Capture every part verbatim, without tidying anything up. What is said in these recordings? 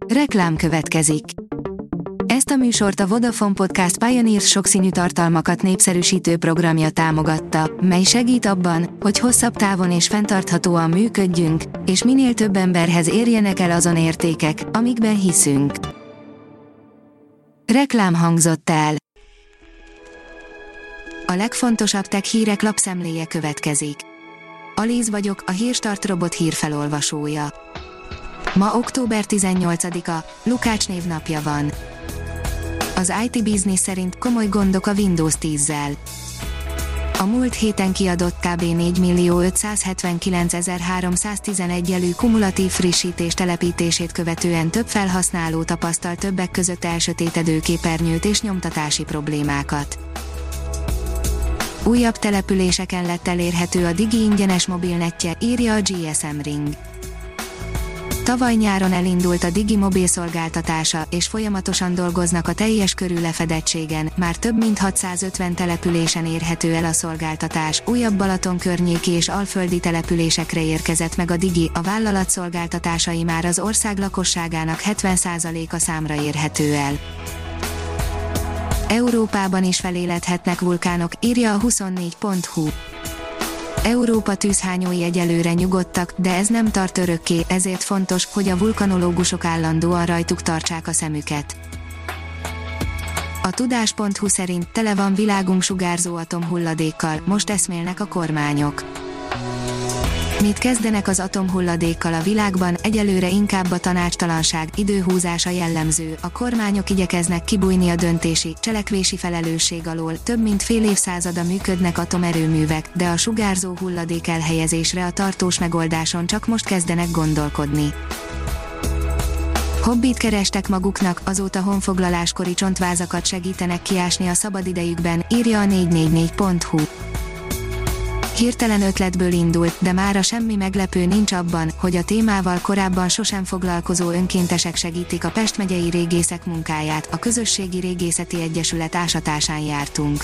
Reklám következik. Ezt a műsort a Vodafone Podcast Pioneers sokszínű tartalmakat népszerűsítő programja támogatta, mely segít abban, hogy hosszabb távon és fenntarthatóan működjünk, és minél több emberhez érjenek el azon értékek, amikben hiszünk. Reklám hangzott el. A legfontosabb tech hírek lapszemléje következik. Alíz vagyok, a Hírstart robot hírfelolvasója. Ma október tizennyolcadika, Lukács névnapja van. Az i té Business szerint komoly gondok a Windows tízzel. A múlt héten kiadott kb. négymillió ötszázhetvenkilencezer-háromszáztizenegy elő kumulatív frissítés telepítését követően több felhasználó tapasztal többek között elsötétedő képernyőt és nyomtatási problémákat. Újabb településeken lett elérhető a Digi ingyenes mobilnetje, írja a gé es em Ring. Tavaly nyáron elindult a Digi mobil szolgáltatása, és folyamatosan dolgoznak a teljes körű lefedettségen, már több mint hatszázötven településen érhető el a szolgáltatás, újabb Balaton környéki és alföldi településekre érkezett meg a Digi, a vállalat szolgáltatásai már az ország lakosságának hetven százaléka számra érhető el. Európában is feléledhetnek vulkánok, írja a huszonnégy pont hu. Európa tűzhányói egyelőre nyugodtak, de ez nem tart örökké, ezért fontos, hogy a vulkanológusok állandóan rajtuk tartsák a szemüket. A tudás pont hu szerint tele van világunk sugárzó atomhulladékkal, most eszmélnek a kormányok. Mit kezdenek az atomhulladékkal a világban, egyelőre inkább a tanácstalanság, időhúzása jellemző, a kormányok igyekeznek kibújni a döntési, cselekvési felelősség alól, több mint fél évszázada működnek atomerőművek, de a sugárzó hulladék elhelyezésre a tartós megoldáson csak most kezdenek gondolkodni. Hobbit kerestek maguknak, azóta honfoglaláskori csontvázakat segítenek kiásni a szabadidejükben, írja a négy négy négy pont hu. Hirtelen ötletből indult, de mára semmi meglepő nincs abban, hogy a témával korábban sosem foglalkozó önkéntesek segítik a Pest megyei régészek munkáját, a Közösségi Régészeti Egyesület ásatásán jártunk.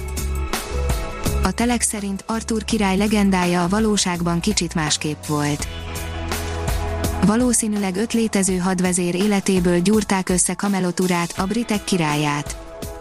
A Telex szerint Artúr király legendája a valóságban kicsit másképp volt. Valószínűleg öt létező hadvezér életéből gyúrták össze Camelot urát, a britek királyát.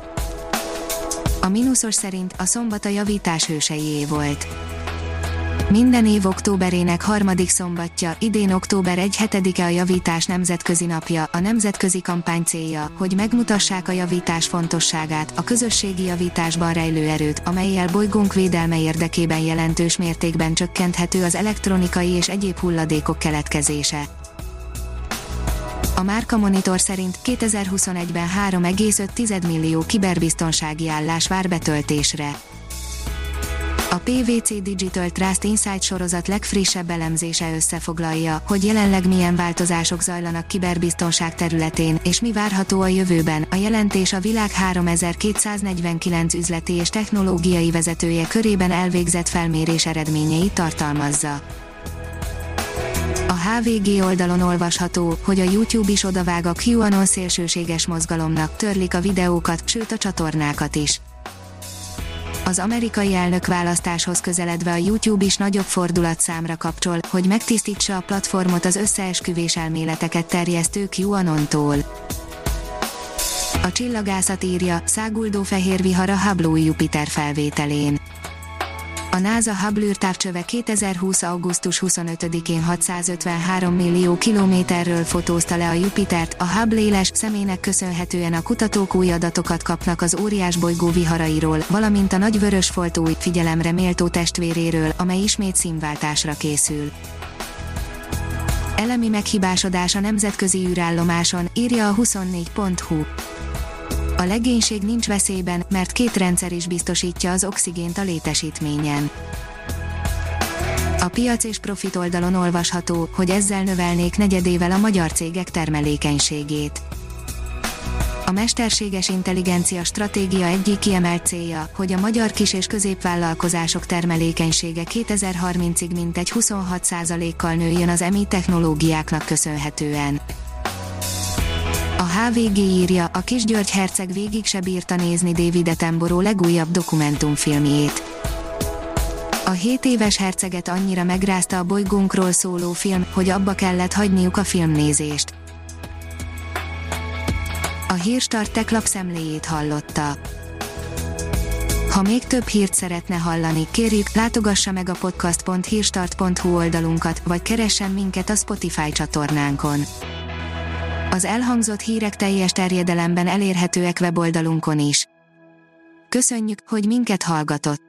A mínuszos szerint a szombat a javítás hőseié volt. Minden év októberének harmadik szombatja, idén október elsejedike a javítás nemzetközi napja, a nemzetközi kampány célja, hogy megmutassák a javítás fontosságát, a közösségi javításban rejlő erőt, amellyel bolygónk védelme érdekében jelentős mértékben csökkenthető az elektronikai és egyéb hulladékok keletkezése. A Márka Monitor szerint kétezer-huszonegyben három egész öt millió kiberbiztonsági állás vár betöltésre. A pé vé cé Digital Trust Insight sorozat legfrissebb elemzése összefoglalja, hogy jelenleg milyen változások zajlanak kiberbiztonság területén, és mi várható a jövőben. A jelentés a világ háromezer-kétszáznegyvenkilenc üzleti és technológiai vezetője körében elvégzett felmérés eredményeit tartalmazza. A há vé gé oldalon olvasható, hogy a YouTube is odavág a QAnon szélsőséges mozgalomnak, törlik a videókat, sőt a csatornákat is. Az amerikai elnökválasztáshoz közeledve a YouTube is nagyobb fordulatszámra kapcsol, hogy megtisztítsa a platformot az összeesküvés elméleteket terjesztő QAnontól. A csillagászat írja, száguldó fehér vihar a Hubble új Jupiter felvételén. A NASA Hubble űrtávcsöve kétezer-húsz augusztus huszonötödikén hatszázötvenhárom millió kilométerről fotózta le a Jupitert, a Hubble éles szemének köszönhetően a kutatók új adatokat kapnak az óriás bolygó viharairól, valamint a nagy vörös folt új, figyelemre méltó testvéréről, amely ismét színváltásra készül. Elemi meghibásodás a nemzetközi űrállomáson, írja a huszonnégy pont hu. A legénység nincs veszélyben, mert két rendszer is biztosítja az oxigént a létesítményen. A piac és profit oldalon olvasható, hogy ezzel növelnék negyedével a magyar cégek termelékenységét. A mesterséges intelligencia stratégia egyik kiemelt célja, hogy a magyar kis- és középvállalkozások termelékenysége kétezer-harmincig mintegy huszonhat százalékkal nőjön az em i technológiáknak köszönhetően. A há vé gé írja, a Kis György herceg végig se bírta nézni David Attenborough legújabb dokumentumfilmjét. A hét éves herceget annyira megrázta a bolygónkról szóló film, hogy abba kellett hagyniuk a filmnézést. A Hírstart tech lapszemléjét hallotta. Ha még több hírt szeretne hallani, kérjük, látogassa meg a podcast pont hírstart pont hu oldalunkat, vagy keressen minket a Spotify csatornánkon. Az elhangzott hírek teljes terjedelemben elérhetőek weboldalunkon is. Köszönjük, hogy minket hallgatott!